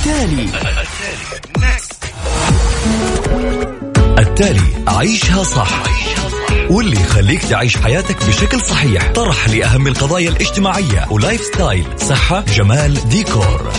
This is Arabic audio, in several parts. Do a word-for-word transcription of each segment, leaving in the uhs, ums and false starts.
التالي التالي عيشها صح، واللي يخليك تعيش حياتك بشكل صحيح. طرح لأهم القضايا الاجتماعية ولايف ستايل، صحة، جمال، ديكور.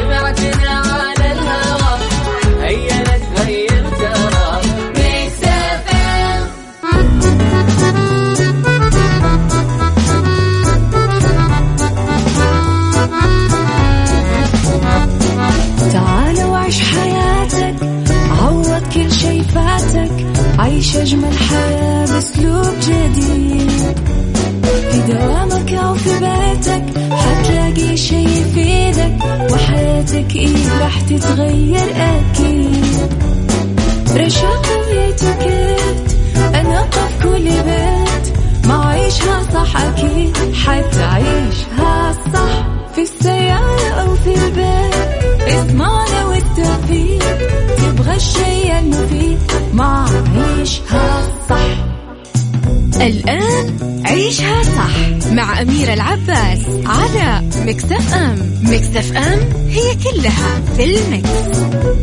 تعال وعيش حياتك، عوض كل شي فاتك، عيش أجمل حياة بأسلوب جديد. في دوامك أو في بيتك حتلاقي شي يفيدك، وحياتك إيه راح تتغير أكيد. رشاق ويتوكيت أنا قف كل بيت، ما عيشها صح أكيد حتعيشها صح. في السيارة أو في البيت اسمعنا والتوفيق، تبغى الشيء المفيد ما عيشها صح. الآن عيشها صح مع أميرة العباس على ميكس اف ام. ميكس اف ام هي كلها في الميكس.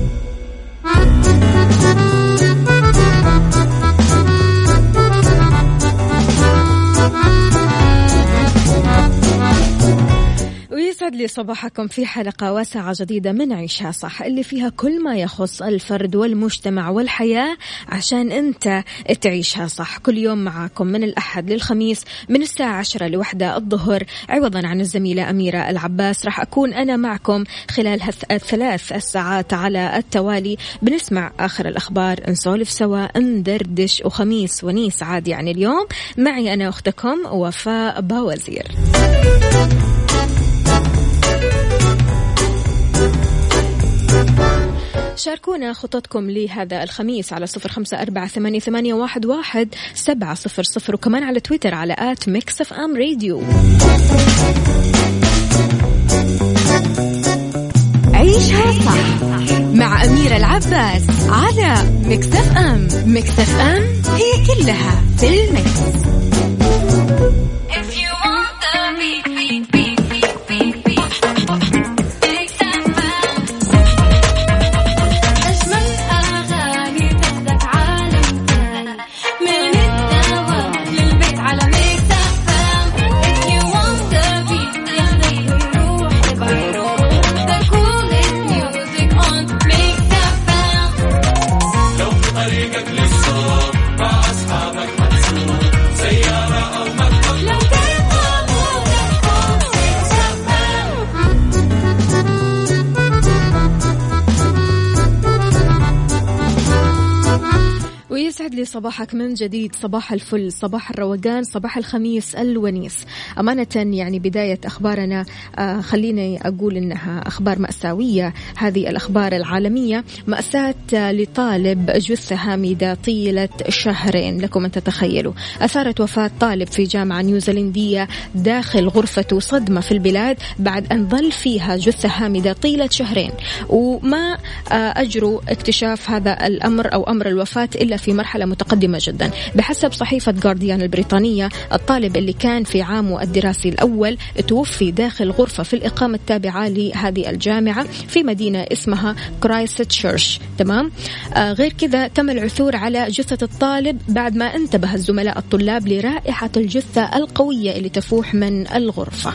يسعد لي صباحكم في حلقة واسعة جديدة من عيشها صح، اللي فيها كل ما يخص الفرد والمجتمع والحياة عشان أنت تعيشها صح. كل يوم معاكم من الأحد للخميس من الساعة عشرة لوحدة الظهر، عوضا عن الزميلة أميرة العباس. راح أكون أنا معكم خلال الثلاث الساعات على التوالي. بنسمع آخر الأخبار، نسولف سوا، ندردش، وخميس ونيس عادي يعني. اليوم معي أنا أختكم وفاء باوزير. شاركونا خططكم لهذا الخميس على صفر خمسة أربعة ثمانية ثمانية واحد واحد سبعة صفر صفر، وكمان على تويتر على آت ميكس اف ام راديو. عيشها صح مع أميرة العباس على ميكس اف ام. ميكس اف ام هي كلها في الميكس. يسعد لي صباحك من جديد، صباح الفل، صباح الروقان، صباح الخميس الونيس. أمانة يعني بداية أخبارنا آه خليني أقول إنها أخبار مأساوية. هذه الأخبار العالمية، مأساة لطالب جثة هامدة طيلة شهرين. لكم أن تتخيلوا، أثارت وفاة طالب في جامعة نيوزيلندية داخل غرفته صدمة في البلاد بعد أن ظل فيها جثة هامدة طيلة شهرين، وما آه أجروا اكتشاف هذا الأمر أو أمر الوفاة إلا في مرحلة متقدمة جدا. بحسب صحيفة جارديان البريطانية، الطالب اللي كان في عامه الدراسي الأول توفي داخل غرفة في الإقامة التابعة لهذه الجامعة في مدينة اسمها كرايستشيرش. تمام. آه غير كذا تم العثور على جثة الطالب بعد ما انتبه الزملاء الطلاب لرائحة الجثة القوية اللي تفوح من الغرفة.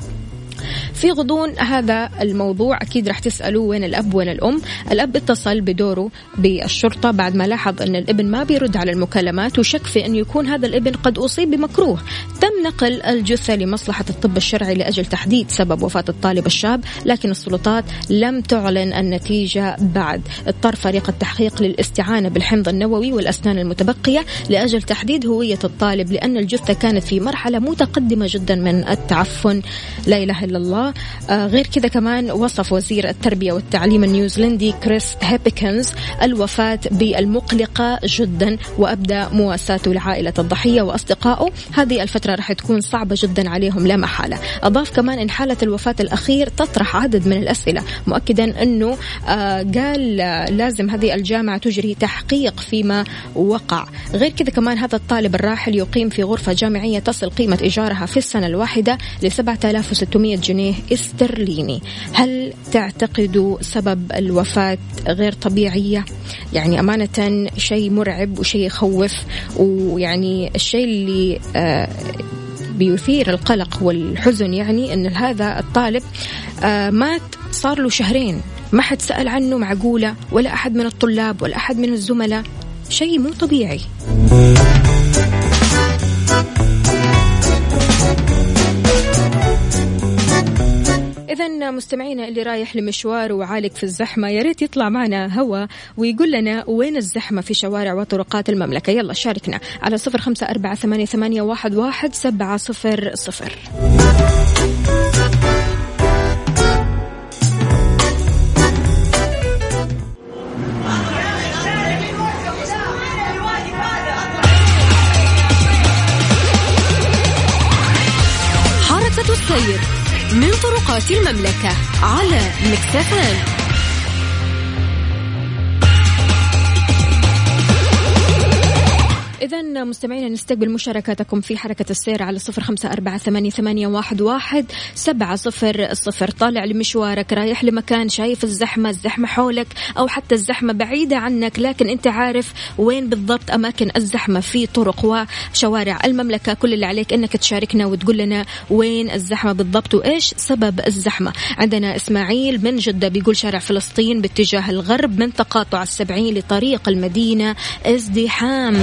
في غضون هذا الموضوع أكيد رح تسألوا وين الأب وين الأم. الأب اتصل بدوره بالشرطة بعد ما لاحظ أن الابن ما بيرد على المكالمات، وشك في أن يكون هذا الابن قد أصيب بمكروه. تم نقل الجثة لمصلحة الطب الشرعي لأجل تحديد سبب وفاة الطالب الشاب، لكن السلطات لم تعلن النتيجة بعد. اضطر فريق التحقيق للاستعانة بالحمض النووي والأسنان المتبقية لأجل تحديد هوية الطالب، لأن الجثة كانت في مرحلة متقدمة جدا من التعفن. لا إله إلا الله. آه غير كذا كمان وصف وزير التربية والتعليم النيوزيلندي كريس هيبكنز الوفاة بالمقلقة جدا، وأبدى مواساته لعائلة الضحية وأصدقائه. هذه الفترة رح تكون صعبة جدا عليهم لا محالة. أضاف كمان إن حالة الوفاة الأخير تطرح عدد من الأسئلة، مؤكدا أنه آه قال آه لازم هذه الجامعة تجري تحقيق فيما وقع. غير كذا كمان هذا الطالب الراحل يقيم في غرفة جامعية تصل قيمة إيجارها في السنة الواحدة ل سبعة آلاف وستمائة جنيه استرليني. هل تعتقدوا سبب الوفاة غير طبيعية؟ يعني أمانة شيء مرعب وشيء يخوف، ويعني الشيء اللي آه بيثير القلق والحزن يعني أن هذا الطالب آه مات صار له شهرين، ما حد سأل عنه معقولة، ولا أحد من الطلاب ولا أحد من الزملاء. شيء مو طبيعي. إذن مستمعينا اللي رايح لمشوار وعالق في الزحمة يا ريت يطلع معنا هوا ويقول لنا وين الزحمة في شوارع وطرقات المملكة. يلا شاركنا على صفر خمسة أربعة ثمانية ثمانية واحد واحد سبعة صفر صفر. حركة السير من طرقات المملكة على ميكس إف إم. إذن مستمعينا نستقبل مشاركاتكم في حركة السير على صفر خمسة أربعة ثمانية ثمانية واحد واحد سبعة صفر صفر. طالع لمشوارك، رايح لمكان شايف الزحمة الزحمة حولك، أو حتى الزحمة بعيدة عنك لكن أنت عارف وين بالضبط أماكن الزحمة في طرق وشوارع المملكة. كل اللي عليك أنك تشاركنا وتقول لنا وين الزحمة بالضبط وإيش سبب الزحمة. عندنا إسماعيل من جدة بيقول شارع فلسطين باتجاه الغرب من تقاطع السبعين لطريق المدينة ازدحام.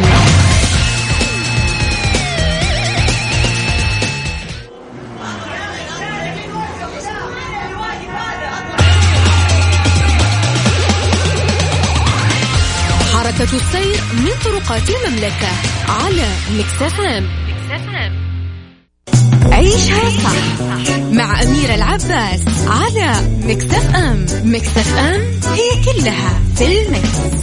حركة السير من طرقات المملكة على ميكس إف إم. عيشها صح مع أميرة العباس على ميكس إف إم. ميكس إف إم هي كلها في الميكس.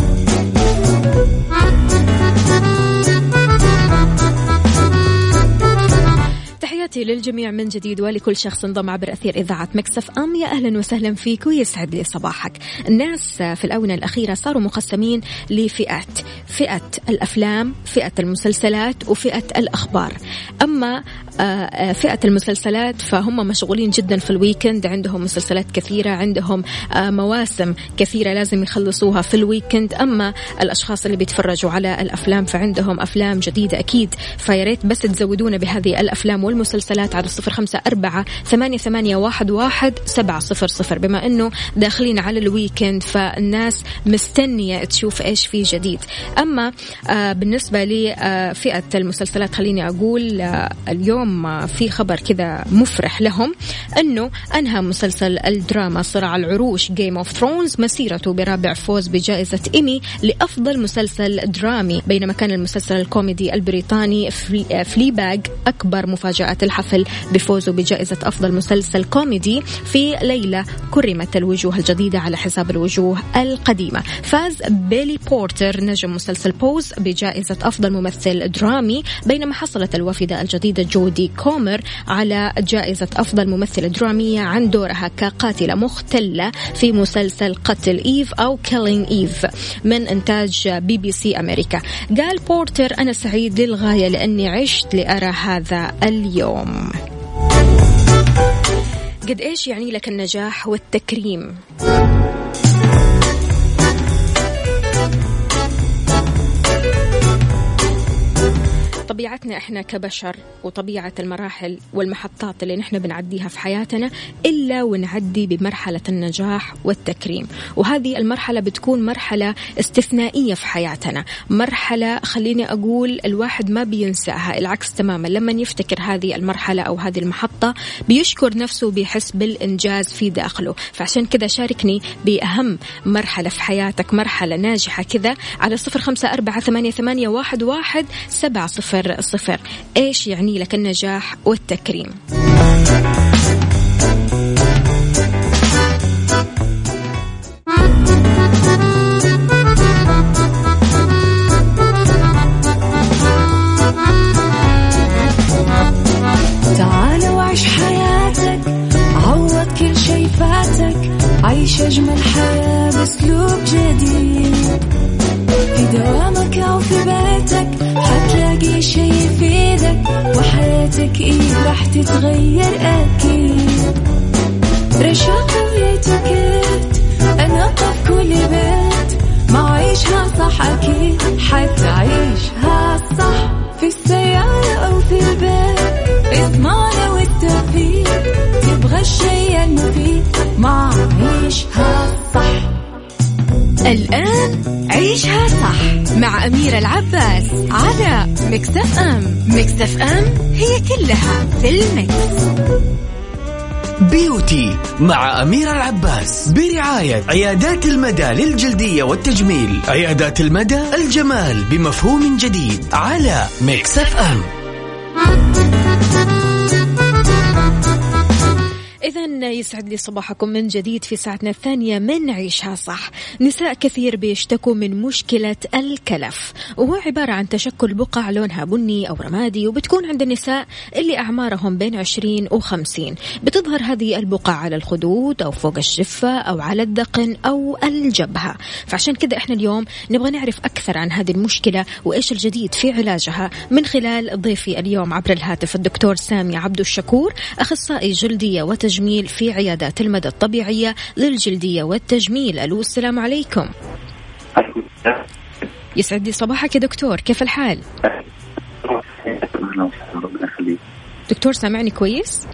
تحياتي للجميع من جديد ولكل شخص انضم عبر أثير إذاعة ميكس إف إم. يا أهلا وسهلا فيك ويسعد لي صباحك. الناس في الآونة الأخيرة صاروا مقسمين لفئات، فئة الأفلام، فئة المسلسلات، وفئة الأخبار. أما فئة المسلسلات فهم مشغولين جدا في الويكند، عندهم مسلسلات كثيرة، عندهم مواسم كثيرة لازم يخلصوها في الويكند. أما الأشخاص اللي بيتفرجوا على الأفلام فعندهم أفلام جديدة أكيد، فياريت بس تزودونا بهذه الأفلام والمسلسلات على صفر خمسة أربعة ثمانية ثمانية واحد واحد سبعة صفر صفر. بما أنه داخلين على الويكند فالناس مستنية تشوف إيش في جديد. أما بالنسبة لفئة المسلسلات خليني أقول اليوم في خبر كذا مفرح لهم، أنه أنهى مسلسل الدراما صراع العروش Game of Thrones مسيرته برابع فوز بجائزة إيمي لأفضل مسلسل درامي، بينما كان المسلسل الكوميدي البريطاني فليباغ أكبر مفاجآت الحفل بفوزه بجائزة أفضل مسلسل كوميدي في ليلة كرمت الوجوه الجديدة على حساب الوجوه القديمة. فاز بيلي بورتر نجم مسلسل بوز بجائزة أفضل ممثل درامي، بينما حصلت الوافدة الجديدة جودي كومر على جائزة أفضل ممثلة درامية عن دورها كقاتلة مختلة في مسلسل قتل إيف أو Killing إيف من إنتاج بي بي سي أمريكا. قال بورتر أنا سعيد للغاية لأني عشت لأرى هذا اليوم. قد إيش يعني لك النجاح والتكريم؟ طبيعتنا إحنا كبشر وطبيعة المراحل والمحطات اللي نحن بنعديها في حياتنا إلا ونعدي بمرحلة النجاح والتكريم، وهذه المرحلة بتكون مرحلة استثنائية في حياتنا، مرحلة خليني أقول الواحد ما بينساها، العكس تماما لما يفتكر هذه المرحلة أو هذه المحطة بيشكر نفسه وبيحس بالإنجاز في داخله. فعشان كذا شاركني بأهم مرحلة في حياتك، مرحلة ناجحة كذا على صفر خمسة أربعة ثمانية ثمانية واحد واحد سبعة صفر صفر. إيش يعني لك النجاح والتكريم؟ تعال وعيش حياتك، عوض كل شي فاتك، عيش أجمل حياة بأسلوب جديد. في دوامك أو في بيتك حتلاقي شي يفيدك، وحياتك إيه راح تتغير أكيد. رشاق ويتوكيت أنا قف كل بيت ما عيشها صح أكيد حتعيشها صح في السيارة أو في البيت اسمعنا والتوفيق تبغى الشيء المفيد ما عيشها صح. الآن عيشها صح مع أميرة العباس على ميكس اف ام. ميكس اف ام هي كلها في الميكس. بيوتي مع أميرة العباس برعاية عيادات المدى للجلدية والتجميل. عيادات المدى الجمال بمفهوم جديد على ميكس اف ام. إذن يسعد لي صباحكم من جديد في ساعتنا الثانية من عيشها صح. نساء كثير بيشتكوا من مشكلة الكلف، وهو عبارة عن تشكل بقع لونها بني أو رمادي، وبتكون عند النساء اللي أعمارهم بين عشرين وخمسين. بتظهر هذه البقع على الخدود أو فوق الشفة أو على الذقن أو الجبهة. فعشان كده إحنا اليوم نبغى نعرف أكثر عن هذه المشكلة وإيش الجديد في علاجها من خلال ضيفي اليوم عبر الهاتف الدكتور سامي عبد الشكور، أخصائي جلدية وتجميل في عيادات المدى الطبيعية للجلدية والتجميل. ألو السلام عليكم. يسعد لي صباحك يا دكتور، كيف الحال؟ دكتور سامعني كويس؟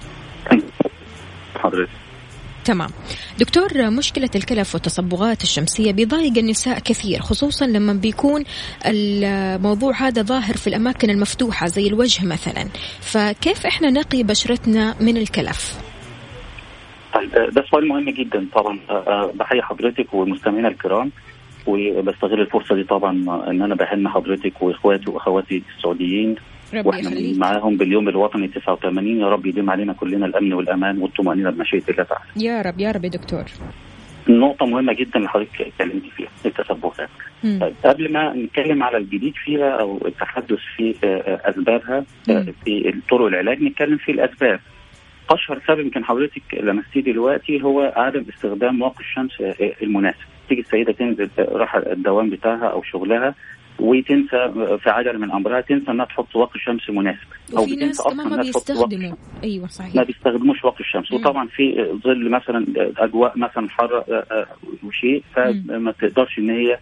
حضرتك تمام. دكتور، مشكلة الكلف والتصبغات الشمسية بيضايق النساء كثير، خصوصا لما بيكون الموضوع هذا ظاهر في الأماكن المفتوحة زي الوجه مثلا. فكيف إحنا نقي بشرتنا من الكلف؟ طيب ده سؤال مهم جدا طبعا. بحيي حضرتك والمستمعين الكرام، وبستغل الفرصة دي طبعا ان انا بهني حضرتك واخواتي واخواتي السعوديين واحنا معاهم باليوم الوطني تسعة وثمانين. يا رب يديم علينا كلنا الامن والامان والطمأنينة بمشيئة الله تعالى. يا رب يا رب يا دكتور. نقطة مهمة جدا اللي حضرتك اتكلمتي فيها، التسبغات. طيب قبل ما نتكلم على الجديد فيها او التحدث في اسبابها في طرق العلاج، نتكلم في الاسباب. اشهر سبب يمكن حضرتك لمستيه دلوقتي هو عدم استخدام واقي الشمس المناسب. تيجي السيده تنزل راح الدوام بتاعها او شغلها وتنسى في عجله من امرها تنسى انها تحط واقي شمس مناسب، او في ناس كمان ما بيستخدموا. ايوه صحيح، ما بيستخدموش واقي الشمس. مم. وطبعا في ظل مثلا اجواء مثلا حر وشيء، فما تقدرش ان هي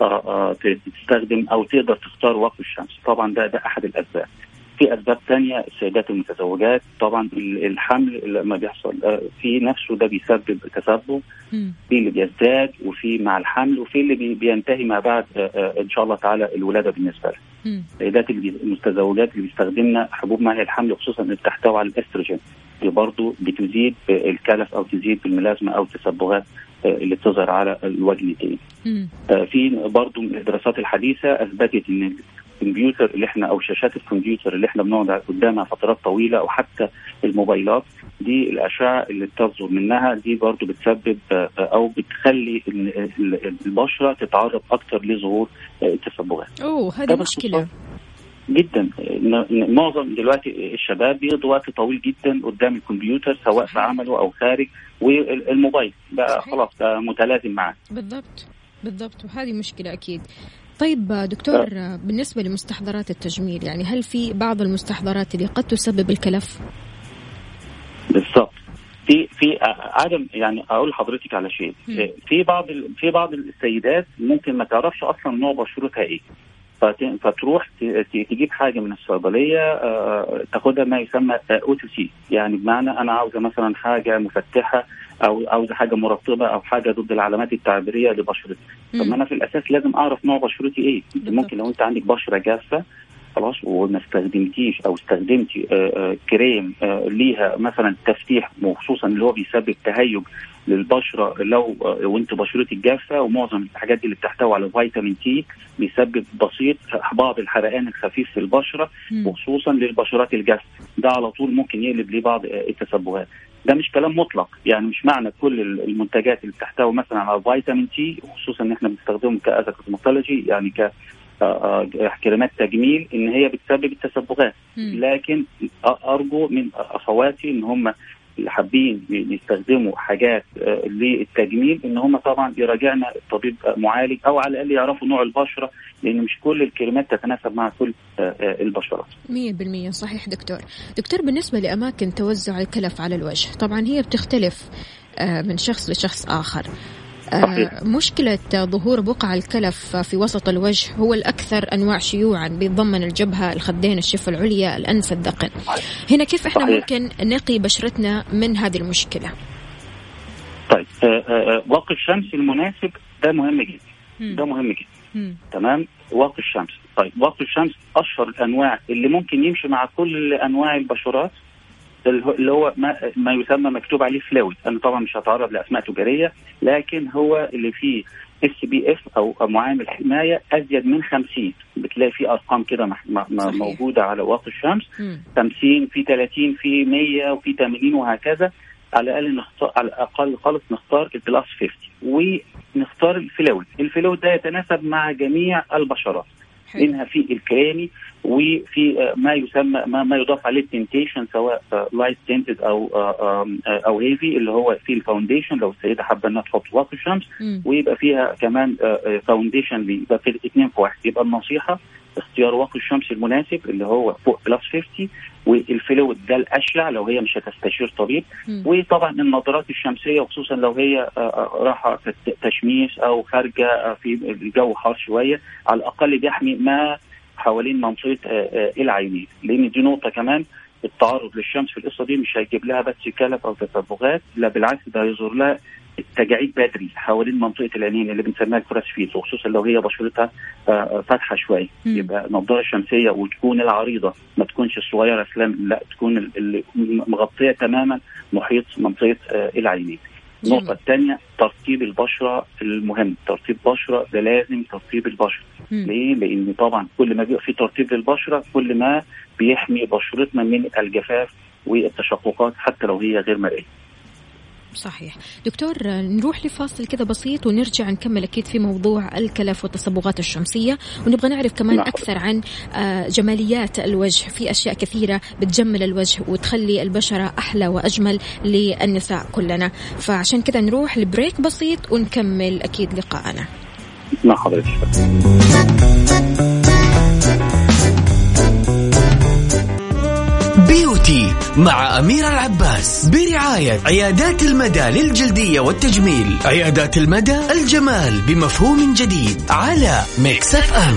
تستخدم او تقدر تختار واقي الشمس. طبعا ده ده احد الاسباب. في أسباب تانية، السيدات المتزوجات طبعا الحمل لما بيحصل في نفسه ده بيسبب تسبب، في اللي بيزداد وفي مع الحمل وفي اللي بينتهي ما بعد إن شاء الله تعالى الولادة بالنسبة لها. السيدات المتزوجات اللي بيستخدمنا حبوب منع الحمل خصوصا اللي بتحتوي على الاستروجين دي برضو بتزيد الكلف أو تزيد الملازمة أو التسبغات اللي بتظهر على الوجنتين. في برضو الدراسات الحديثة أثبتت إن الكمبيوتر اللي احنا او شاشات الكمبيوتر اللي احنا بنقعد قدامها فترات طويله او حتى الموبايلات دي، الاشعه اللي بتصدر منها دي برضو بتسبب او بتخلي البشره تتعرض اكتر لظهور التسبغات. اوه هذه مشكله جدا. معظم دلوقتي الشباب بيقضوا وقت طويل جدا قدام الكمبيوتر سواء في عمله او خارج، والموبايل بقى خلاص بقى متلازم معاه. بالضبط بالضبط، وهذه مشكله اكيد. طيب دكتور، بالنسبة لمستحضرات التجميل، يعني هل في بعض المستحضرات اللي قد تسبب الكلف؟ بالضبط. في في عدم، يعني اقول لحضرتك على شيء. في بعض في بعض السيدات ممكن ما تعرفش اصلا نوع بشرتها ايه، فتروح تجيب حاجه من الصيدليه تاخدها ما يسمى او تو سي، يعني بمعنى انا عاوزه مثلا حاجه مفتحه او عاوزه حاجه مرطبه او حاجه ضد العلامات التعبيريه لبشرتي. طب ما انا في الاساس لازم اعرف نوع بشرتي ايه. انت ممكن لو انت عندك بشره جافه خلاص وما استخدمتيش او استخدمتي كريم ليها مثلا تفتيح، وخصوصا اللي هو بيسبب تهيج للبشره لو وانت بشرتك جافه، ومعظم الحاجات دي اللي بتحتوي على فيتامين تي بيسبب بسيط بعض الحرقان الخفيف في البشره، وخصوصا للبشرات الجافه ده على طول ممكن يقلب ليه بعض التسبغات. ده مش كلام مطلق، يعني مش معنى كل المنتجات اللي بتحتوي مثلا على فيتامين تي، وخصوصا ان احنا بنستخدمهم كأذى كوزماتولوجي يعني ك كريمات تجميل ان هي بتسبب التسبغات. لكن ارجو من اخواتي ان هم اللي حابين يستخدموا حاجات للتجميل ان هم طبعا يراجعنا الطبيب معالج، او على الاقل يعرفوا نوع البشره، لان مش كل الكريمات تتناسب مع كل البشرات. مية بالمية صحيح دكتور. دكتور بالنسبة لأماكن توزع الكلف على الوجه، طبعا هي بتختلف من شخص لشخص آخر. صحيح. مشكلة ظهور بقع الكلف في وسط الوجه هو الأكثر أنواع شيوعا، بيتضمن الجبهة، الخدين، الشفة العليا، الأنف، الذقن. هنا كيف إحنا صحيح. ممكن نقي بشرتنا من هذه المشكلة؟ طيب واقي الشمس المناسب ده مهم جدا. م. ده مهم جدا. م. تمام. واقي الشمس. طيب واقي الشمس أشهر الأنواع اللي ممكن يمشي مع كل أنواع البشرات اللي هو ما, ما يسمى مكتوب عليه فلويد. أنا طبعا مش هتعرض لأسماء تجارية، لكن هو اللي فيه اس بي اف أو معامل حماية أزيد من خمسين. بتلاقي فيه أرقام كده موجودة على واقي الشمس. م. خمسين، في ثلاثين، في مية، وفي ثمانين، وهكذا. على الأقل نختار، على الأقل خالص نختار البلاس خمسين ونختار الفلويد. الفلويد ده يتناسب مع جميع البشرات، منها في الكريمي وفي ما يسمى ما, ما يضاف عليه التنتيشن، سواء لايت تنتد او او هيفي، اللي هو في الفاونديشن لو السيده حابه انها تحط واقي الشمس، ويبقى فيها كمان فاونديشن يبقى في اثنين في واحد. يبقى النصيحه اختيار واقي الشمس المناسب اللي هو فوق بلس خمسين، والفلويد ده الاشيع لو هي مش هتستشير طبيب. م. وطبعا النظارات الشمسيه، وخصوصا لو هي راحه في تشميس او خارجه في الجو حار شويه، على الاقل بيحمي ما حوالين منطقه العينين، لان دي نقطه كمان. التعرض للشمس في القصه دي مش هيجيب لها بس كلف او تصبغات، لا بالعكس ده هيظهر لها التجاعيد بدري حوالين منطقه العينين اللي بنسميها الكراسفيت، وخصوصا لو هي بشرتها فاتحه شويه. يبقى النظاره الشمسيه وتكون العريضه، ما تكونش الصغيره سلام، لا تكون اللي مغطيه تماما محيط منطقه العينين. النقطه الثانيه ترطيب البشره المهم. ترطيب بشره ده لازم ترطيب البشره. مم. ليه؟ لان طبعا كل ما بيبقى في ترطيب للبشره كل ما بيحمي بشرتنا من الجفاف والتشققات حتى لو هي غير مرئيه. صحيح. دكتور نروح لفاصل كده بسيط ونرجع نكمل أكيد في موضوع الكلف والتصبغات الشمسية، ونبغى نعرف كمان نعم. أكثر عن جماليات الوجه. في أشياء كثيرة بتجمل الوجه وتخلي البشرة أحلى وأجمل للنساء كلنا، فعشان كده نروح لبريك بسيط ونكمل أكيد لقاءنا. مع حضرتك. بيوتي مع أميرة العباس برعاية عيادات المدى للجلدية والتجميل. عيادات المدى الجمال بمفهوم جديد على ميكس اف ام.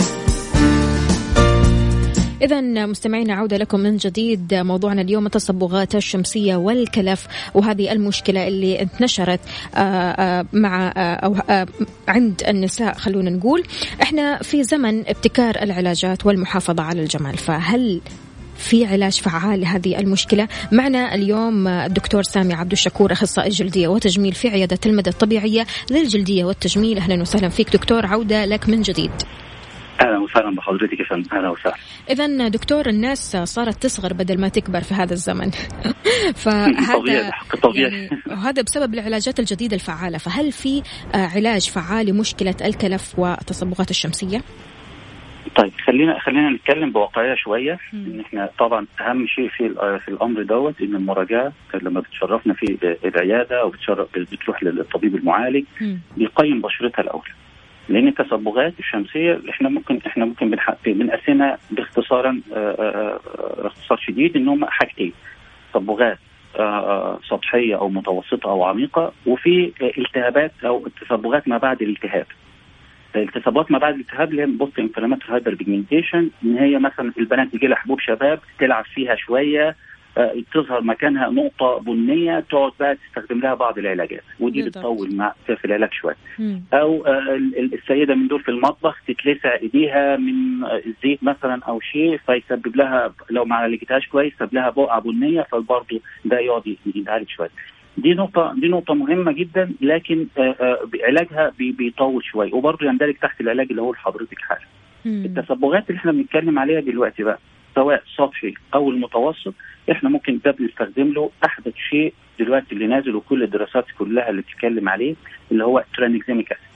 إذن مستمعينا عودة لكم من جديد. موضوعنا اليوم التصبغات الشمسية والكلف، وهذه المشكلة اللي انتشرت مع أو عند النساء. خلونا نقول إحنا في زمن ابتكار العلاجات والمحافظة على الجمال، فهل في علاج فعال لهذه المشكلة؟ معنا اليوم الدكتور سامي عبد الشكور، أخصائي جلدية وتجميل في عيادة المدى الطبيعية للجلدية والتجميل. أهلا وسهلا فيك دكتور، عودة لك من جديد. أهلا وسهلا بحضرتك يا فندم. أهلا وسهلا. إذن دكتور الناس صارت تصغر بدل ما تكبر في هذا الزمن فهذا يعني هذا بسبب العلاجات الجديدة الفعالة. فهل في علاج فعال لمشكلة الكلف والتصبغات الشمسية؟ طيب خلينا خلينا نتكلم بواقعيه شويه. ان احنا طبعا اهم شيء في في الامر دوت ان المراجعه لما بتشرفنا في العياده او بتشرف بتروح للطبيب المعالج بيقيم بشرتها الاول، لان التصبغات الشمسيه احنا ممكن احنا ممكن بنقسمها باختصارا اختصار شديد ان هم حاجتين: تصبغات سطحيه او متوسطه او عميقه، وفي التهابات او التصبغات ما بعد الالتهاب. التصبغات ما بعد الالتهاب اللي هي بوست انفلاماتوري هايبر بيجمنتيشن، ان هي مثلا البنات يجي لها حبوب شباب تلعب فيها شويه، آه تظهر مكانها نقطه بنيه، تقعد بقى تستخدم لها بعض العلاجات، ودي بتطول مع في العلاج شويه. او آه السيده من دول في المطبخ تتلسع ايديها من الزيت مثلا او شيء، فيسبب لها لو ما عالجتهاش كويس سبب لها بقعه بنيه، فبرضه ده يقعد يتعالج شويه. دي نقطة دي نقطة مهمة جدا، لكن علاجها بيطول شوي، وبرضه يندرج تحت العلاج اللي هو لحضرتك حالا. التصبغات اللي احنا بنتكلم عليها دلوقتي بقى سواء سطحي او المتوسط، احنا ممكن ده بنستخدم له احدث شيء دلوقتي اللي نازل، وكل الدراسات كلها اللي بتتكلم عليه اللي هو ترانكزيميك اسيد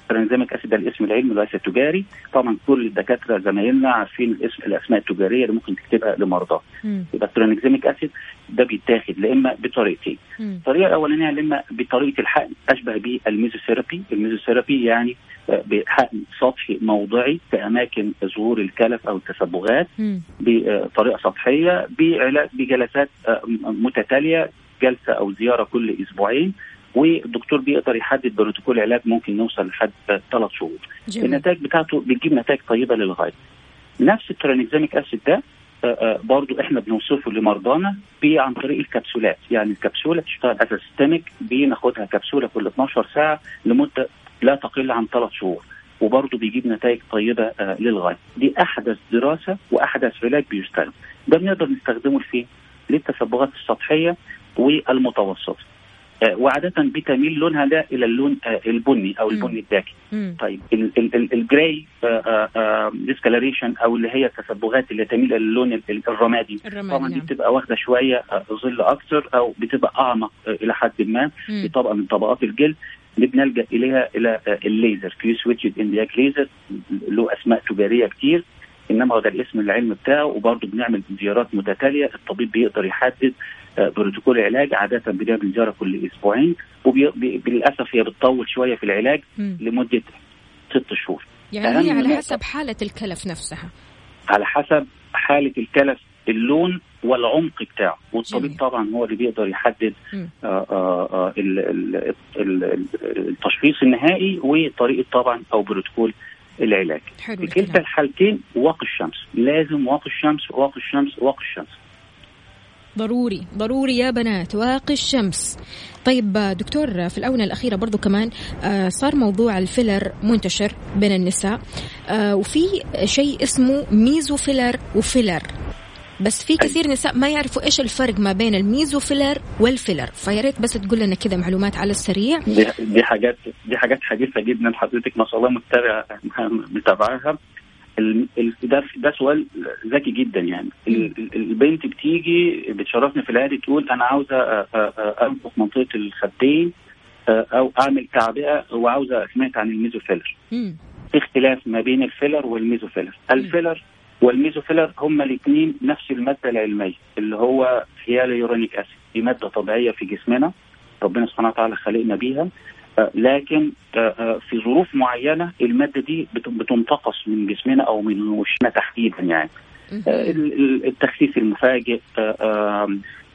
ترانزيميك اسيد ده الاسم العلمي وليس التجاري. طبعا كل الدكاتره زمايلنا عارفين الاسم الاسماء التجاريه اللي ممكن تكتبها لمرضى. يبقى الترانزيميك اسيد ده بيتاخد لاما بطريقتين. الطريقه الاولانيه لما بطريقه الحقن اشبه بالميزوثيرابي. الميزوثيرابي يعني بحقن سطحي موضعي في اماكن ظهور الكلف او التسبغات بطريقه سطحيه بعلاج بجلسات متتاليه، جلسه او زياره كل اسبوعين، والدكتور بيقدر يحدد بروتوكول علاج ممكن نوصل لحد ثلاث شهور. النتائج بتاعته بتجيب نتائج طيبه للغايه. نفس الترانكزاميك اسيد ده برضو احنا بنوصفه لمرضانا عن طريق الكبسولات. يعني الكبسوله تشتغل اسيستميك، بناخدها كبسوله كل اثناشر ساعه لمده لا تقل عن ثلاث شهور، وبرضه بيجيب نتائج طيبه آه للغايه. دي احدث دراسه واحدث علاج بيستخدم. ده بنقدر نستخدمه فين؟ للتسبغات السطحيه والمتوسطه، آه وعاده بتميل لونها ده الى اللون آه البني او البني الداكن. طيب الجراي ديسكالريشن او اللي هي التسبغات اللي تميل الى اللون الرمادي، طبعا دي بتبقى واخده شويه آه ظل اكثر او بتبقى اعمق آه الى حد ما بطبقه من طبقات الجلد، اللي بنلجأ إليها إلى الليزر كيو سويتشد اندياك ليزر. له أسماء تجارية كتير، إنما هو ده الاسم العلمي بتاعه. وبرضه بنعمل زيارات متتالية، الطبيب بيقدر يحدد بروتوكول العلاج. عادة بنعمل زيارة كل أسبوعين، وبالأسف هي بتطول شوية في العلاج م. لمدة ست شهور. يعني هي على حسب حالة الكلف نفسها، على حسب حالة الكلف، اللون والعمق بتاعه، والطبيب جميل. طبعا هو اللي بيقدر يحدد آآ آآ ال ال ال التشخيص النهائي وطريقه طبعا او بروتوكول العلاج. في كلتا الحالتين واقي الشمس، لازم واقي الشمس واقي الشمس واقي الشمس، ضروري ضروري يا بنات، واقي الشمس. طيب دكتور، في الآونة الأخيرة برضو كمان صار موضوع الفيلر منتشر بين النساء، وفي شيء اسمه ميزو فيلر وفيلر، بس في كثير نساء ما يعرفوا إيش الفرق ما بين الميزو فيلر والفيلر، فياريت بس تقول لنا كذا معلومات على السريع. دي, دي حاجات دي حاجات حديثة جدا، حضرتك ما شاء الله متابعة متابعها. ده ده سؤال ذكي جدا. يعني البنت بتيجي بتشرفني في العيادة تقول أنا عاوزة أنفخ منطقة الخدين أو أعمل تعبئة وعاوزة، سمعت عن الميزو فيلر. في اختلاف ما بين الفيلر والميزو فيلر. الفيلر والميزوفيلر هما الاثنين نفس المادة العلمية اللي هو هيالورونيك أسيد. دي مادة طبيعية في جسمنا، ربنا سبحانه وتعالى خلقنا بيها، آه لكن آه في ظروف معينة المادة دي بتنتقص من جسمنا أو من وشنا تحديدا. يعني آه التخسيس المفاجئ، آه آه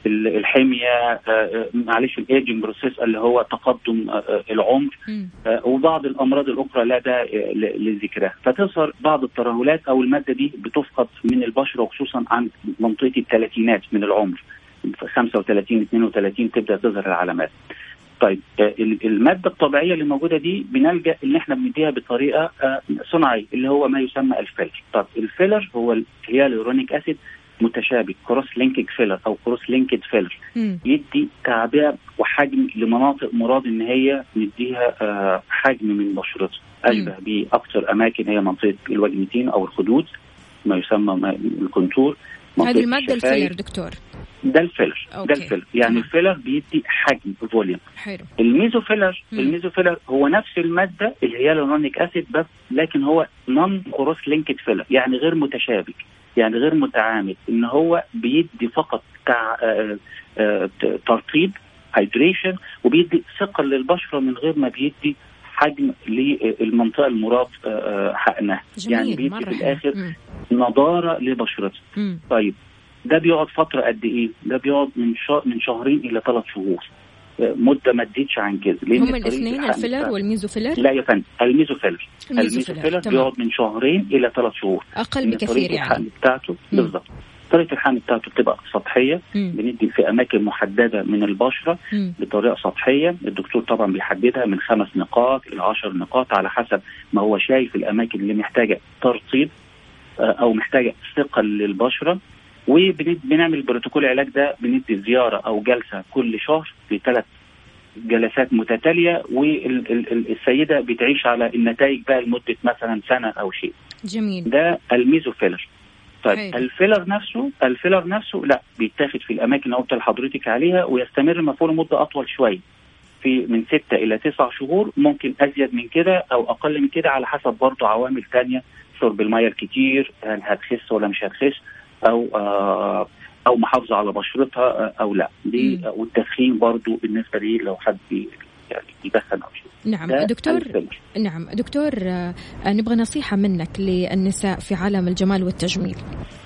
الحمية، معلش الايجنج بروسيس اللي هو تقدم العمر، وبعض الامراض الاخرى لا ده لذكرها، فتظهر بعض الترهلات او الماده دي بتفقد من البشره، وخصوصا عن منطقه الثلاثينات من العمر، خمسة وثلاثين اثنين وثلاثين تبدا تظهر العلامات. طيب الماده الطبيعيه اللي موجوده دي بنلجا ان احنا بنديها بطريقه صناعيه اللي هو ما يسمى الفيلر. طب الفيلر هو الهيالورونيك اسيد متشابك، كروس لينكد فيلر او كروس لينكد فيلر، يدي تعبئه وحجم لمناطق مراد ان هي نديها آه حجم من بشرتها اشبه باكثر اماكن هي منطقه الوجنتين او الخدود، ما يسمى الكونتور. هذه الماده الفيلر دكتور، ده الفيلر ده الفيلر يعني مم. الفيلر بيدي حجم فوليوم. حلو. الميزوفيلر الميزوفيلر هو نفس الماده اللي هي الهيالورونيك اسيد، بس لكن هو نون كروس لينكد فيلر، يعني غير متشابك، يعني غير متعامد، ان هو بيدي فقط تع... آه آه ترطيب هيدريشن، وبيدي ثقل للبشره من غير ما بيدي حجم للمنطقه المراد آه حقنها. يعني بيدي في الاخر م. نضاره لبشرتها. طيب ده بيقعد فتره قد ايه؟ ده بيقعد من شهر من شهرين الى ثلاث شهور، مده ما تزيدش عن كده. هم الاثنين الفيلر والميزوفيلر؟ لا يا فندم، الميزوفيلر الميزوفيلر بيقعد من شهرين الى ثلاث شهور، اقل بكثير. يعني الحقن بتاعته بالضبط، طريقه الحقن بتاعته بتبقى سطحيه، مم. بندي في اماكن محدده من البشره مم. بطريقه سطحيه. الدكتور طبعا بيحددها من خمس نقاط الى عشر نقاط على حسب ما هو شايف الاماكن اللي محتاجه ترطيب او محتاجه ثقل للبشره. وبنعمل بروتوكول العلاج ده، بندي زياره او جلسه كل شهر في ثلاث جلسات متتاليه، والسيده بتعيش على النتائج بقى لمده مثلا سنه او شيء. جميل. ده الميزوفيلر. طيب حي. الفيلر نفسه الفيلر نفسه لا، بيتاخد في الاماكن اللي قلت لحضرتك عليها، ويستمر مفعوله مده اطول شويه. في في من ستة إلى تسع شهور، ممكن أزيد من كده أو أقل من كده على حسب برضو عوامل تانية، شرب المياه الكتير، هل هتخس ولا مش هتخس، أو آه أو محافظة على بشرتها أو لا، دي والتدخين برضو بالنسبة لي لو حد يعني يدخن أو شيء. نعم دكتور. نعم دكتور، آه نبغى نصيحة منك للنساء في عالم الجمال والتجميل.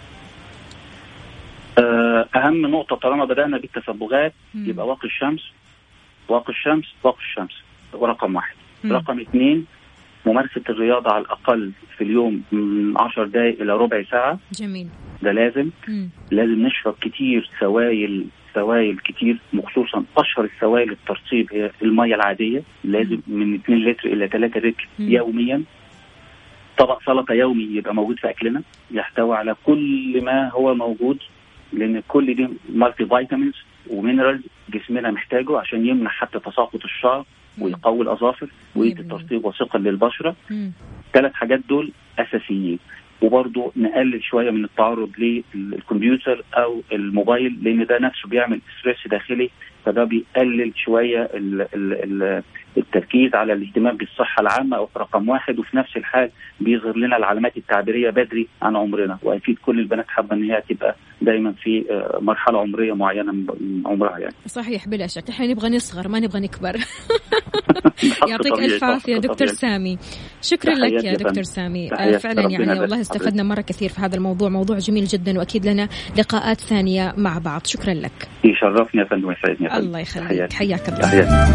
أهم نقطة طالما بدأنا بالتسبغات يبقى واقي الشمس، واقي الشمس، واقي الشمس ورقم واحد. مم. رقم اثنين ممارسة الرياضة على الأقل في اليوم من عشر دقائق إلى ربع ساعة. جميل. ده لازم. مم. لازم نشرب كتير سوائل، سوائل كتير، مخصوصا أشهر السوائل الترطيب هي المياه العادية، لازم مم. من اثنين لتر إلى ثلاثة لتر مم. يوميا. طبق سلطة يومي يبقى موجود في أكلنا، يحتوي على كل ما هو موجود، لأن كل دي مالتي فيتامينز ومينرالز جسمنا محتاجه عشان يمنع حتى تساقط الشعر ويقوي الأظافر ويدي ترطيب وثقة للبشرة. ثلاث حاجات دول أساسيين. وبرضو نقلل شوية من التعرض للكمبيوتر أو الموبايل، لأن ده نفسه بيعمل ستريس داخلي، فده بيقلل شوية ال ال ال التركيز على الاهتمام بالصحة العامة أو رقم واحد، وفي نفس الحال بيظهر لنا العلامات التعبيرية بدري عن عمرنا. وأكيد كل البنات حابة أن هي تبقى دايما في مرحلة عمرية معينة من عمرها يعني. صحيح بلا شك، احنا نبغى نصغر ما نبغى نكبر. يعطيك ألف عافية دكتور سامي، شكرا لك يا دكتور سامي. فعلا يعني والله استفدنا مرة كثير في هذا الموضوع، موضوع جميل جدا، وأكيد لنا لقاءات ثانية مع بعض. شكرا لك. يشرفني يا فندم ويسعدني. الله يخليك، حياك الله.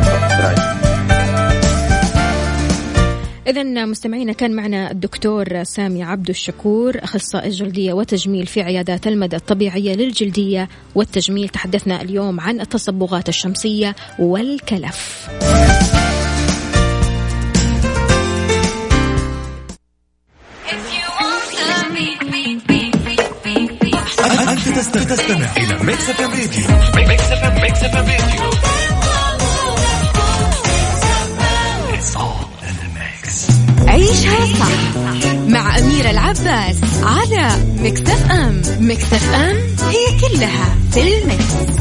إذن مستمعينا كان معنا الدكتور سامي عبد الشكور، أخصائي جلدية وتجميل في عيادات المدى الطبيعية للجلدية والتجميل. تحدثنا اليوم عن التصبغات الشمسية والكلف. أنت تستمع إلى ميكس اف ام راديو. ميكس اف ام ميكس اف ام راديو. عيشها صح مع أميرة العباس على ميكس اف ام. ميكس اف ام هي كلها في الميكس.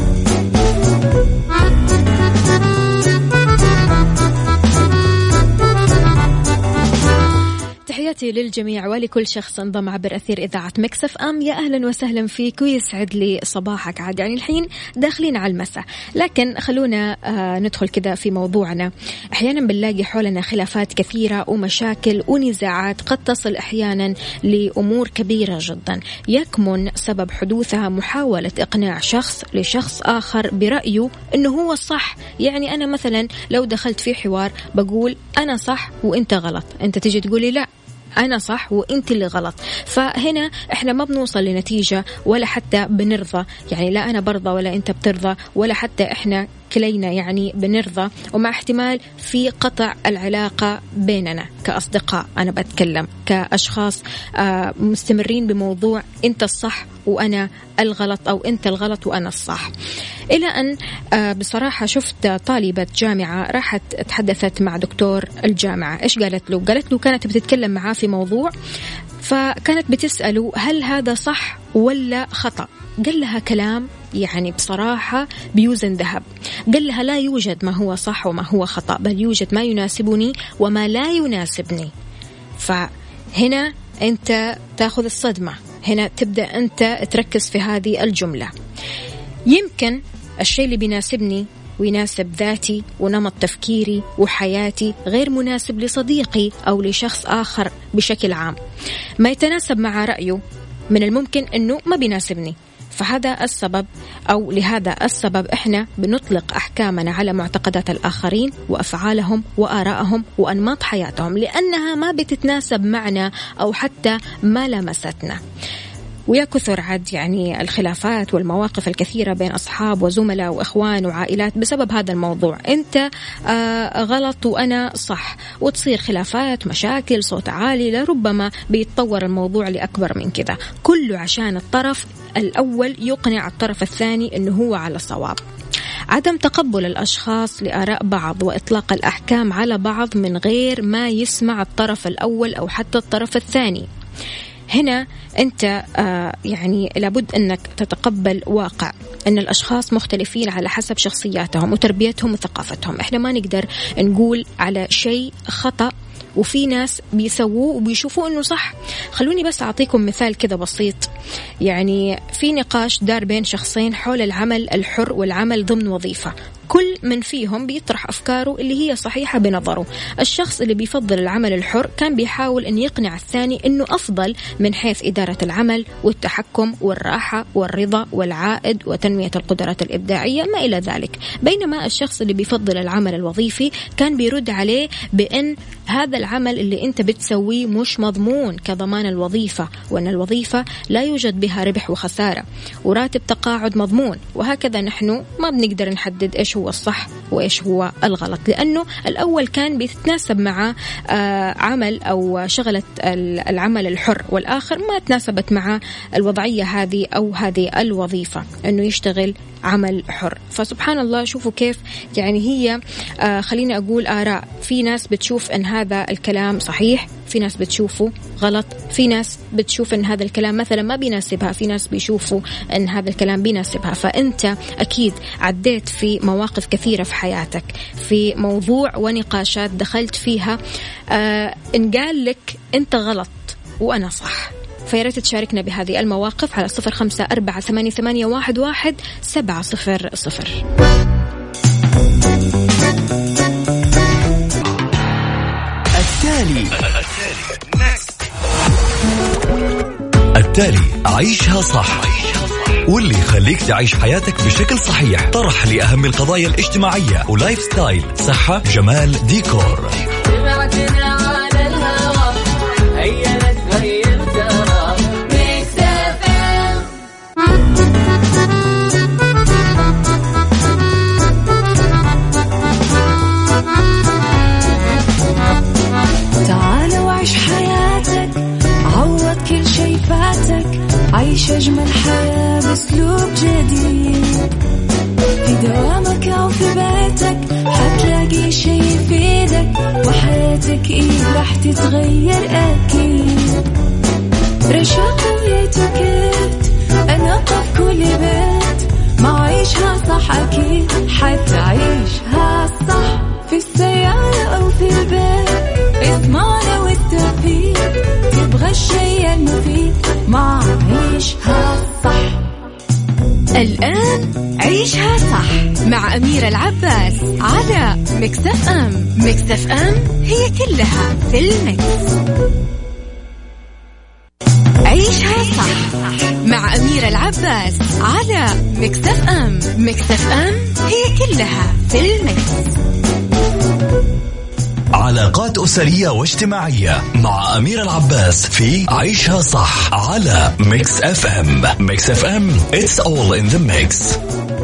تحياتي للجميع ولكل شخص انضم عبر أثير إذاعة ميكس اف ام. يا أهلا وسهلا فيك ويسعد لي صباحك. عاد يعني الحين داخلين على المساء، لكن خلونا آه ندخل كذا في موضوعنا. أحيانا بنلاقي حولنا خلافات كثيرة ومشاكل ونزاعات قد تصل أحيانا لأمور كبيرة جدا، يكمن سبب حدوثها محاولة إقناع شخص لشخص آخر برأيه أنه هو الصح. يعني أنا مثلا لو دخلت في حوار بقول أنا صح وإنت غلط، أنت تيجي تقولي لا أنا صح وإنت اللي غلط، فهنا إحنا ما بنوصل لنتيجة ولا حتى بنرضى. يعني لا أنا برضى ولا أنت بترضى ولا حتى إحنا كلينا يعني بنرضى، ومع احتمال في قطع العلاقة بيننا كأصدقاء. أنا بتكلم كأشخاص مستمرين بموضوع أنت الصح وأنا الغلط، أو أنت الغلط وأنا الصح. إلى أن بصراحة شفت طالبة جامعة راحت تحدثت مع دكتور الجامعة. إيش قالت له؟ قالت له كانت بتتكلم معاه في موضوع، فكانت بتسأله هل هذا صح ولا خطأ؟ قال لها كلام يعني بصراحة بيوزن ذهب. قال لها لا يوجد ما هو صح وما هو خطأ، بل يوجد ما يناسبني وما لا يناسبني. فهنا أنت تأخذ الصدمة، هنا تبدأ أنت تركز في هذه الجملة. يمكن الشيء اللي بيناسبني ويناسب ذاتي ونمط تفكيري وحياتي غير مناسب لصديقي أو لشخص آخر بشكل عام. ما يتناسب مع رأيه من الممكن أنه ما بيناسبني، فهذا السبب أو لهذا السبب إحنا بنطلق أحكامنا على معتقدات الآخرين وأفعالهم وآرائهم وأنماط حياتهم، لأنها ما بتتناسب معنا أو حتى ما لمستنا. ويا كثر عد يعني الخلافات والمواقف الكثيرة بين أصحاب وزملاء وإخوان وعائلات بسبب هذا الموضوع. أنت آه غلط وأنا صح، وتصير خلافات، مشاكل، صوت عالي، لربما بيتطور الموضوع لأكبر من كذا، كله عشان الطرف الأول يقنع الطرف الثاني أنه هو على صواب. عدم تقبل الأشخاص لآراء بعض وإطلاق الأحكام على بعض من غير ما يسمع الطرف الأول أو حتى الطرف الثاني. هنا أنت آه يعني لابد أنك تتقبل واقع أن الأشخاص مختلفين على حسب شخصياتهم وتربيتهم وثقافتهم. إحنا ما نقدر نقول على شيء خطأ وفي ناس بيسووه وبيشوفوا أنه صح. خلوني بس أعطيكم مثال كذا بسيط. يعني في نقاش دار بين شخصين حول العمل الحر والعمل ضمن وظيفة، كل من فيهم بيطرح أفكاره اللي هي صحيحة بنظره. الشخص اللي بيفضل العمل الحر كان بيحاول أن يقنع الثاني أنه أفضل من حيث إدارة العمل والتحكم والراحة والرضا والعائد وتنمية القدرات الإبداعية ما إلى ذلك. بينما الشخص اللي بيفضل العمل الوظيفي كان بيرد عليه بأن هذا العمل اللي أنت بتسويه مش مضمون كضمان الوظيفة، وأن الوظيفة لا يوجد بها ربح وخسارة وراتب تقاعد مضمون. وهكذا نحن ما بنقدر نحدد إيش هو الصح وإيش هو الغلط، لأنه الأول كان بيتناسب مع عمل أو شغلة العمل الحر، والآخر ما تناسبت مع الوضعية هذه أو هذه الوظيفة أنه يشتغل عمل حر. فسبحان الله شوفوا كيف يعني هي آه خليني أقول آراء. في ناس بتشوف أن هذا الكلام صحيح، في ناس بتشوفه غلط، في ناس بتشوف أن هذا الكلام مثلا ما بيناسبها، في ناس بيشوفوا أن هذا الكلام بيناسبها. فأنت أكيد عديت في مواقف كثيرة في حياتك، في موضوع ونقاشات دخلت فيها آه إن قال لك أنت غلط وأنا صح. فياريت تشاركنا بهذه المواقف على صفر خمسة أربعة ثمانية ثمانية واحد واحد سبعة صفر صفر. التالي التالي عيشها صح، واللي يخليك تعيش حياتك بشكل صحيح. طرح لأهم القضايا الاجتماعية ولايف ستايل، صحة، جمال، ديكور. عيش أجمل حياة بأسلوب جديد، في دوامك أو في بيتك حتلاقي شي يفيدك، وحياتك إيه راح تتغير أكيد. رشاق ويتوكيت أنا قف كل بيت، ما عيشها صح أكيد حتعيشها صح، في السيارة أو في البيت اسمعنا والتوفيق، تبغى الشيء المفيد ما عيشها صح. الآن عيشها صح مع أميرة العباس على ميكس اف ام. ميكس اف ام هي كلها في الميكس. عيشها صح مع أميرة العباس على ميكس اف ام. ميكس اف ام هي كلها في الميكس. علاقات أسرية واجتماعية مع أميرة العباس في عيشها صح على ميكس اف ام. ميكس اف ام it's all in the mix.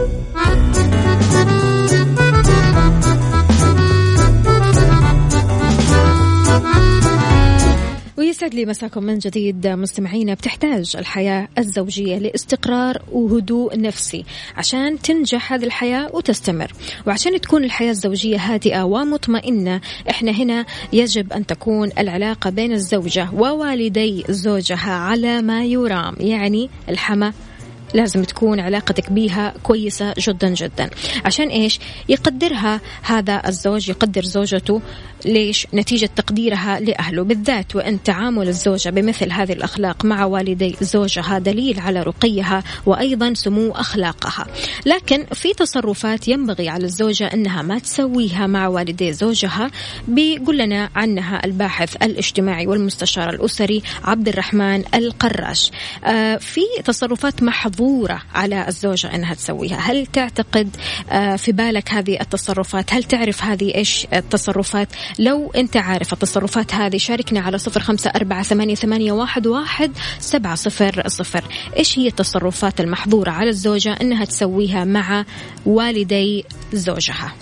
ويسعد لي مساكم من جديد مستمعينا. بتحتاج الحياة الزوجية لاستقرار وهدوء نفسي عشان تنجح هذه الحياة وتستمر. وعشان تكون الحياة الزوجية هادئة ومطمئنة، احنا هنا يجب أن تكون العلاقة بين الزوجة ووالدي زوجها على ما يرام. يعني الحما لازم تكون علاقتك بيها كويسة جدا جدا. عشان إيش؟ يقدرها هذا الزوج، يقدر زوجته. ليش؟ نتيجة تقديرها لأهله، بالذات وأن تعامل الزوجة بمثل هذه الأخلاق مع والدي زوجها دليل على رقيها وأيضا سمو أخلاقها. لكن في تصرفات ينبغي على الزوجة أنها ما تسويها مع والدي زوجها، بيقول لنا عنها الباحث الاجتماعي والمستشار الأسري عبد الرحمن القراش. آه في تصرفات محظورة على الزوجة أنها تسويها. هل تعتقد آه في بالك هذه التصرفات؟ هل تعرف هذه إيش التصرفات؟ لو أنت عارف التصرفات هذه شاركنا على صفر خمسة أربعة ثمانية ثمانية واحد واحد سبعة صفر صفر. إيش هي التصرفات المحظورة على الزوجة أنها تسويها مع والدي زوجها؟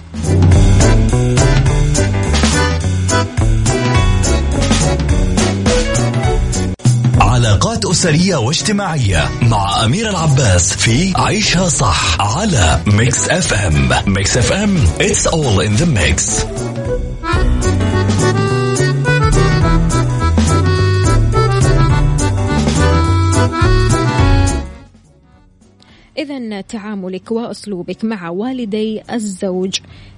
علاقات أسرية واجتماعية مع أميرة العباس في عيشها صح على ميكس اف ام. ميكس اف ام it's all in the mix. إذن تعاملك وأسلوبك مع والدي الزوج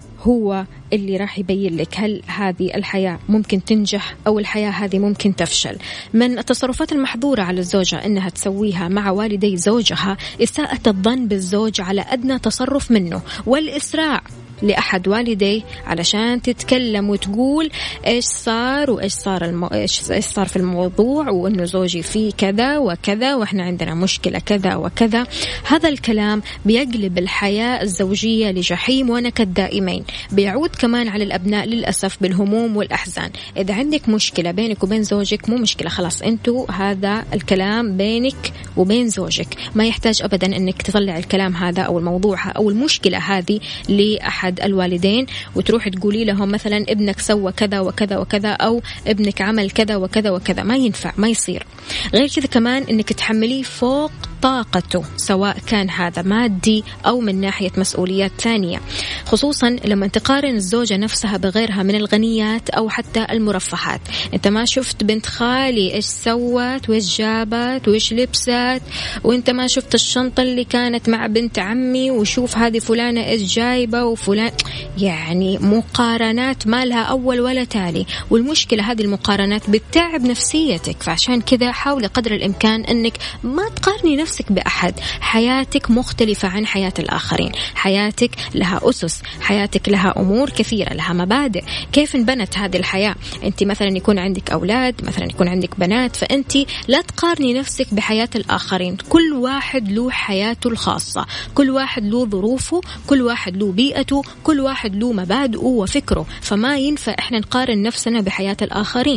هو اللي راح يبين لك هل هذه الحياة ممكن تنجح أو الحياة هذه ممكن تفشل. من التصرفات المحظورة على الزوجة إنها تسويها مع والدي زوجها إساءة الظن بالزوج على أدنى تصرف منه، والإسراع لأحد والديه علشان تتكلم وتقول إيش صار وإيش صار المو... إيش إيش صار في الموضوع، وإنه زوجي فيه كذا وكذا وإحنا عندنا مشكلة كذا وكذا. هذا الكلام بيقلب الحياة الزوجية لجحيم ونكد دائمين، بيعود كمان على الأبناء للأسف بالهموم والأحزان. إذا عندك مشكلة بينك وبين زوجك مو مشكلة، خلاص أنتوا هذا الكلام بينك وبين زوجك، ما يحتاج أبدا أنك تطلع الكلام هذا أو الموضوع أو المشكلة هذه لأحد الوالدين وتروح تقولي لهم مثلا ابنك سوى كذا وكذا وكذا أو ابنك عمل كذا وكذا وكذا. ما ينفع، ما يصير. غير كذا كمان أنك تحمليه فوق طاقته، سواء كان هذا مادي أو من ناحية مسؤوليات ثانية، خصوصا لما تقارن الزوجة نفسها بغيرها من الغنيات أو حتى المرفهات. أنت ما شفت بنت خالي إيش سوت وإيش جابت وإيش لبست، وأنت ما شفت الشنطة اللي كانت مع بنت عمي، وشوف هذه فلانة إيش جايبة وفلان. يعني مقارنات ما لها أول ولا تالي، والمشكلة هذه المقارنات بتتعب نفسيتك. فعشان كذا حاولي قدر الإمكان أنك ما تقارني نفسك بأحد. حياتك مختلفة عن حياة الآخرين، حياتك لها أسس، حياتك لها أمور كثيرة، لها مبادئ. كيف انبنت هذه الحياة؟ أنت مثلا يكون عندك أولاد، مثلا يكون عندك بنات، فأنت لا تقارني نفسك بحياة الآخرين. كل واحد له حياته الخاصة، كل واحد له ظروفه، كل واحد له بيئته، كل واحد له مبادئه وفكره. فما ينفع إحنا نقارن نفسنا بحياة الآخرين.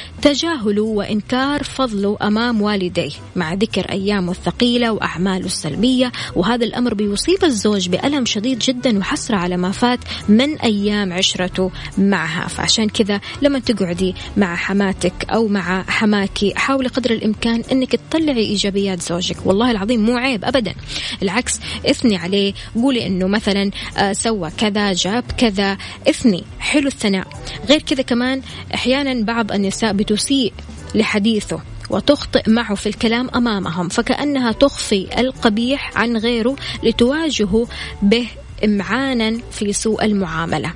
تجاهله وإنكار فضله أمام والديه مع ذكر أيامه الثقيلة وأعماله السلبية، وهذا الأمر بيصيب الزوج بألم شديد جدا وحسرة على ما فات من أيام عشرته معها. فعشان كذا لما تقعدي مع حماتك أو مع حماكي حاولي قدر الإمكان أنك تطلعي إيجابيات زوجك. والله العظيم مو عيب أبدا، العكس، اثني عليه، قولي أنه مثلا سوى كذا، جاب كذا، اثني، حلو الثناء. غير كذا كمان أحيانا بعض النساء بتسيء لحديثه وتخطئ معه في الكلام أمامهم، فكأنها تخفي القبيح عن غيره لتواجهه به إمعانا في سوء المعاملة.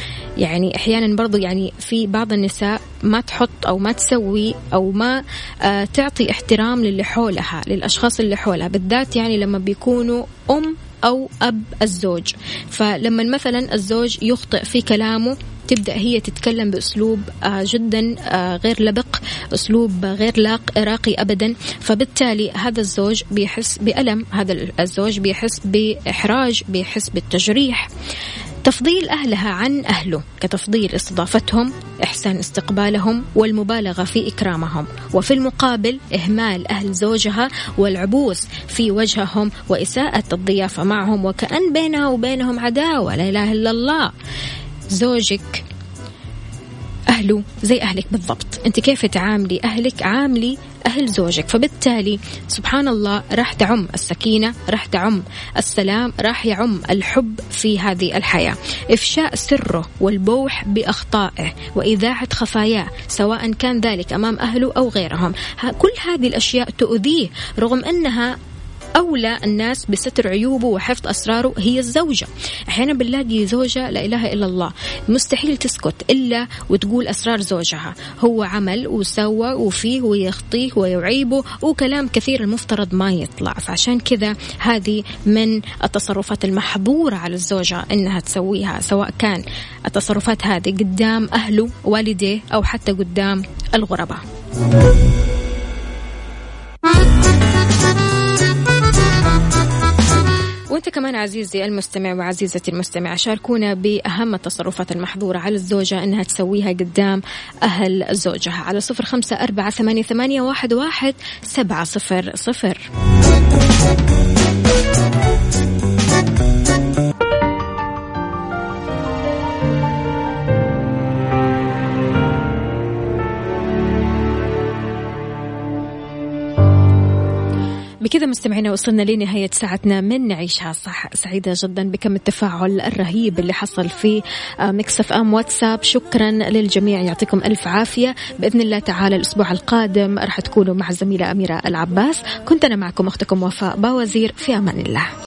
يعني أحيانا برضو يعني في بعض النساء ما تحط أو ما تسوي أو ما آه تعطي احترام للي حولها، للأشخاص اللي حولها، بالذات يعني لما بيكونوا أم أو أب الزوج. فلما مثلا الزوج يخطئ في كلامه تبدأ هي تتكلم بأسلوب آه جدا آه غير لبق، أسلوب غير لاق راقي أبدا. فبالتالي هذا الزوج بيحس بألم، هذا الزوج بيحس بإحراج، بيحس بالتجريح. تفضيل أهلها عن أهله كتفضيل استضافتهم، إحسان استقبالهم، والمبالغة في إكرامهم، وفي المقابل إهمال أهل زوجها والعبوس في وجههم وإساءة الضيافة معهم، وكأن بينها وبينهم عداوة. لا إله إلا الله. زوجك أهله زي أهلك بالضبط، أنت كيف تعاملي أهلك عاملي أهل زوجك. فبالتالي سبحان الله راح تعم السكينة، راح تعم السلام، راح يعم الحب في هذه الحياة. إفشاء سره والبوح بأخطائه وإذاعة خفاياه سواء كان ذلك أمام أهله أو غيرهم، كل هذه الأشياء تؤذيه، رغم أنها أولى الناس بستر عيوبه وحفظ أسراره هي الزوجة. أحيانا بنلاقي زوجة لا إله إلا الله مستحيل تسكت إلا وتقول أسرار زوجها، هو عمل وسوى وفيه ويخطيه ويعيبه وكلام كثير المفترض ما يطلع. فعشان كذا هذه من التصرفات المحظورة على الزوجة إنها تسويها، سواء كان التصرفات هذه قدام أهله والديه أو حتى قدام الغرباء. وانت كمان عزيزي المستمع وعزيزتي المستمع شاركونا بأهم التصرفات المحظورة على الزوجة انها تسويها قدام اهل زوجها على صفر خمسة أربعة ثمانية ثمانية واحد واحد سبعة صفر صفر. بكذا مستمعينا وصلنا لنهاية ساعتنا من نعيشها صح. سعيدة جدا بكم التفاعل الرهيب اللي حصل في ميكس اف ام واتساب. شكرا للجميع، يعطيكم ألف عافية. بإذن الله تعالى الأسبوع القادم راح تكونوا مع الزميلة أميرة العباس. كنت أنا معكم أختكم وفاء باوزير، في أمان الله.